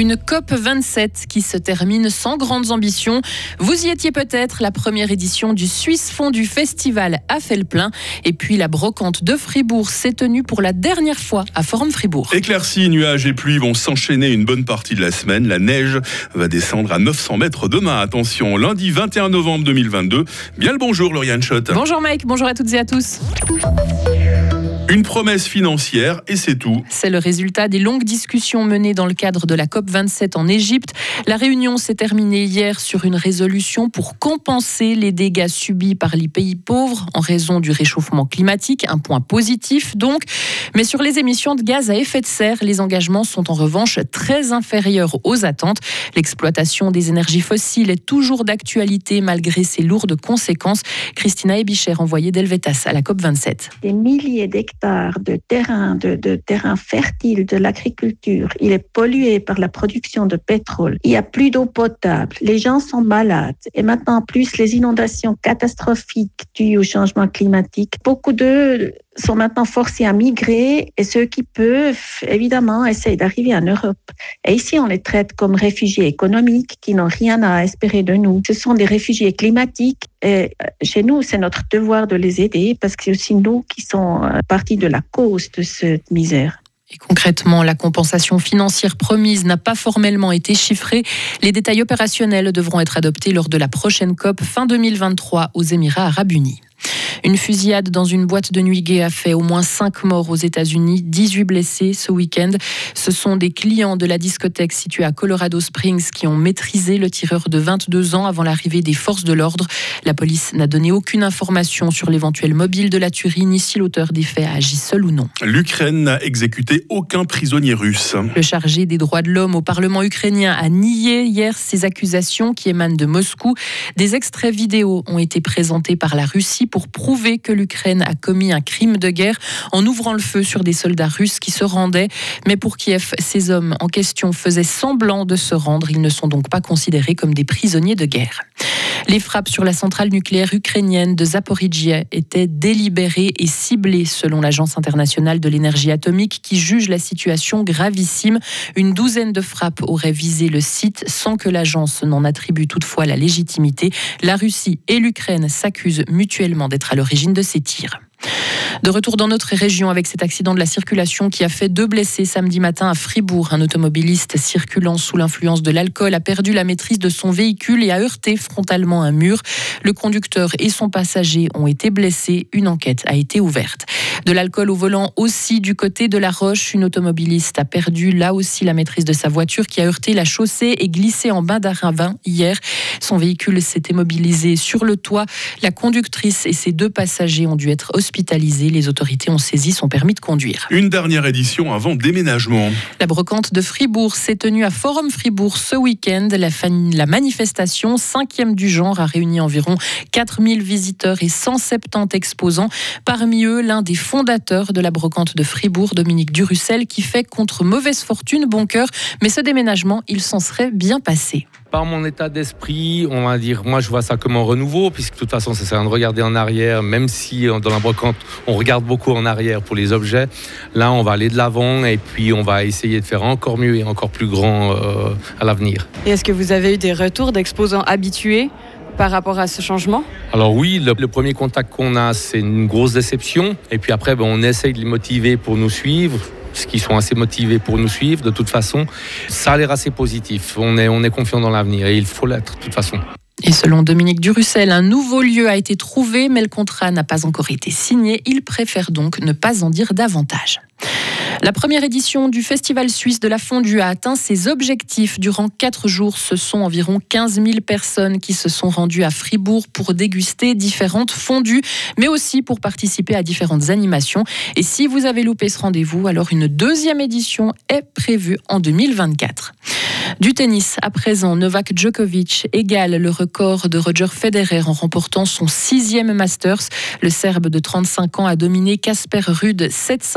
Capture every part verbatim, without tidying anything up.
Une COP vingt-sept qui se termine sans grandes ambitions. Vous y étiez peut-être, la première édition du Suisse Fondu Festival a fait le plein. Et puis la brocante de Fribourg s'est tenue pour la dernière fois à Forum Fribourg. Éclaircies, nuages et pluie vont s'enchaîner une bonne partie de la semaine. La neige va descendre à neuf cents mètres demain. Attention, lundi vingt et un novembre deux mille vingt-deux. Bien le bonjour, Lauriane Schott. Bonjour Mike, bonjour à toutes et à tous. Une promesse financière et c'est tout. C'est le résultat des longues discussions menées dans le cadre de la COP vingt-sept en Égypte. La réunion s'est terminée hier sur une résolution pour compenser les dégâts subis par les pays pauvres en raison du réchauffement climatique, un point positif donc. Mais sur les émissions de gaz à effet de serre, les engagements sont en revanche très inférieurs aux attentes. L'exploitation des énergies fossiles est toujours d'actualité malgré ses lourdes conséquences. Christina Ebicher, envoyée d'Helvetas à la COP vingt-sept. Des milliers d'hectares de terrain, de, de terrain fertile de l'agriculture, il est pollué par la production de pétrole. Il n'y a plus d'eau potable, les gens sont malades. Et maintenant, en plus, les inondations catastrophiques dues au changement climatique. Beaucoup d'eux sont maintenant forcés à migrer et ceux qui peuvent, évidemment, essayent d'arriver en Europe. Et ici, on les traite comme réfugiés économiques qui n'ont rien à espérer de nous. Ce sont des réfugiés climatiques et chez nous, c'est notre devoir de les aider parce que c'est aussi nous qui sommes partie de la cause de cette misère. Et concrètement, la compensation financière promise n'a pas formellement été chiffrée. Les détails opérationnels devront être adoptés lors de la prochaine COP fin deux mille vingt-trois aux Émirats arabes unis. Une fusillade dans une boîte de nuit gay a fait au moins cinq morts aux États-Unis, dix-huit blessés ce week-end. Ce sont des clients de la discothèque située à Colorado Springs qui ont maîtrisé le tireur de vingt-deux ans avant l'arrivée des forces de l'ordre. La police n'a donné aucune information sur l'éventuel mobile de la tuerie, ni si l'auteur des faits a agi seul ou non. L'Ukraine n'a exécuté aucun prisonnier russe. Le chargé des droits de l'homme au Parlement ukrainien a nié hier ces accusations qui émanent de Moscou. Des extraits vidéo ont été présentés par la Russie pour prouver que l'Ukraine a commis un crime de guerre en ouvrant le feu sur des soldats russes qui se rendaient. Mais pour Kiev, ces hommes en question faisaient semblant de se rendre. Ils ne sont donc pas considérés comme des prisonniers de guerre. Les frappes sur la centrale nucléaire ukrainienne de Zaporijia étaient délibérées et ciblées selon l'Agence internationale de l'énergie atomique qui juge la situation gravissime. Une douzaine de frappes auraient visé le site sans que l'agence n'en attribue toutefois la légitimité. La Russie et l'Ukraine s'accusent mutuellement d'être à l'origine de ces tirs. De retour dans notre région avec cet accident de la circulation qui a fait deux blessés samedi matin à Fribourg. Un automobiliste circulant sous l'influence de l'alcool a perdu la maîtrise de son véhicule et a heurté frontalement un mur. Le conducteur et son passager ont été blessés. Une enquête a été ouverte. De l'alcool au volant aussi du côté de La Roche. Une automobiliste a perdu là aussi la maîtrise de sa voiture qui a heurté la chaussée et glissé en bas d'un ravin hier. Son véhicule s'est immobilisé sur le toit. La conductrice et ses deux passagers ont dû être hospitalisés. Les autorités ont saisi son permis de conduire. Une dernière édition avant déménagement. La brocante de Fribourg s'est tenue à Forum Fribourg ce week-end. La, fan... la manifestation, cinquième du genre, a réuni environ quatre mille visiteurs et cent soixante-dix exposants. Parmi eux, l'un des fondateurs de la brocante de Fribourg, Dominique Durussel, qui fait contre mauvaise fortune bon cœur. Mais ce déménagement, il s'en serait bien passé. Par mon état d'esprit, on va dire, moi je vois ça comme un renouveau, puisque de toute façon ça sert à rien de regarder en arrière, même si dans la brocante on regarde beaucoup en arrière pour les objets. Là on va aller de l'avant et puis on va essayer de faire encore mieux et encore plus grand euh, à l'avenir. Et est-ce que vous avez eu des retours d'exposants habitués par rapport à ce changement? Alors oui, le, le premier contact qu'on a, c'est une grosse déception. Et puis après, ben, on essaye de les motiver pour nous suivre. Parce qu'ils sont assez motivés pour nous suivre, de toute façon. Ça a l'air assez positif. On est, on est confiant dans l'avenir et il faut l'être, de toute façon. Et selon Dominique Durussel, un nouveau lieu a été trouvé, mais le contrat n'a pas encore été signé. Il préfère donc ne pas en dire davantage. La première édition du Festival suisse de la fondue a atteint ses objectifs. Durant quatre jours, ce sont environ quinze mille personnes qui se sont rendues à Fribourg pour déguster différentes fondues, mais aussi pour participer à différentes animations. Et si vous avez loupé ce rendez-vous, alors une deuxième édition est prévue en deux mille vingt-quatre. Du tennis, à présent, Novak Djokovic égale le record de Roger Federer en remportant son sixième Masters. Le Serbe de trente-cinq ans a dominé Casper Ruud sept cinq, six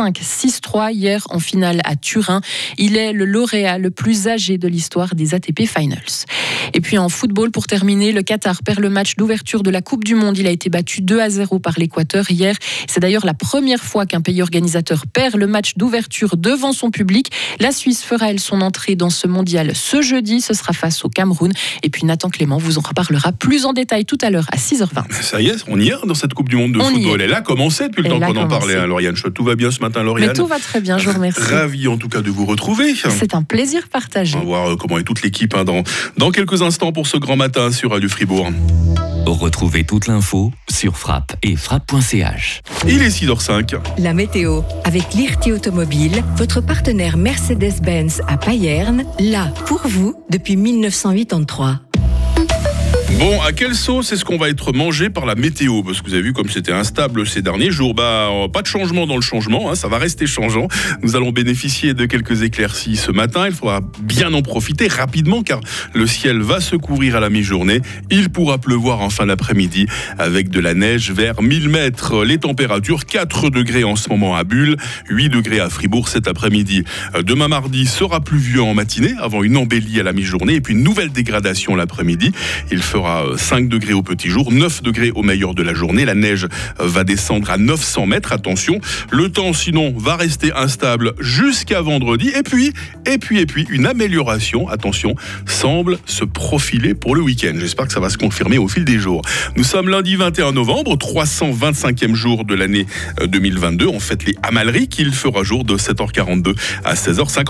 six trois hier en finale à Turin. Il est le lauréat le plus âgé de l'histoire des A T P Finals. Et puis en football, pour terminer, le Qatar perd le match d'ouverture de la Coupe du Monde. Il a été battu deux à zéro par l'Équateur hier. C'est d'ailleurs la première fois qu'un pays organisateur perd le match d'ouverture devant son public. La Suisse fera, elle, son entrée dans ce mondial ce jeudi. Ce sera face au Cameroun. Et puis Nathan Clément vous en reparlera plus en détail tout à l'heure à six heures vingt. Ça y est, on y est dans cette Coupe du Monde de on football. Elle a commencé depuis le Elle temps qu'on en commencé. parlait, hein, Lauriane. Tout va bien ce matin, Lauriane? Mais tout va très bien, je vous remercie. Ravi en tout cas de vous retrouver. C'est un plaisir partagé. On va voir comment est toute l'équipe hein, dans, dans quelques instants pour ce grand matin sur Radio Fribourg. Retrouvez toute l'info sur frappe et frappe point c h. Il est six heures cinq. La météo avec Lirti Automobile, votre partenaire Mercedes-Benz à Payerne, là pour vous depuis mille neuf cent quatre-vingt-treize. Bon, à quelle sauce est-ce qu'on va être mangé par la météo? Parce que vous avez vu comme c'était instable ces derniers jours. Bah, pas de changement dans le changement, hein, ça va rester changeant. Nous allons bénéficier de quelques éclaircies ce matin. Il faudra bien en profiter rapidement car le ciel va se couvrir à la mi-journée. Il pourra pleuvoir en fin d'après-midi avec de la neige vers mille mètres. Les températures, quatre degrés en ce moment à Bulle, huit degrés à Fribourg cet après-midi. Demain mardi sera pluvieux en matinée avant une embellie à la mi-journée et puis une nouvelle dégradation l'après-midi. Il fera cinq degrés au petit jour, neuf degrés au meilleur de la journée. La neige va descendre à neuf cents mètres. Attention, le temps sinon va rester instable jusqu'à vendredi. Et puis, et puis, et puis, une amélioration, attention, semble se profiler pour le week-end. J'espère que ça va se confirmer au fil des jours. Nous sommes lundi vingt et un novembre, trois cent vingt-cinquième jour de l'année deux mille vingt-deux. On fête les Amalric. Il fera jour de sept heures quarante-deux à seize heures cinquante.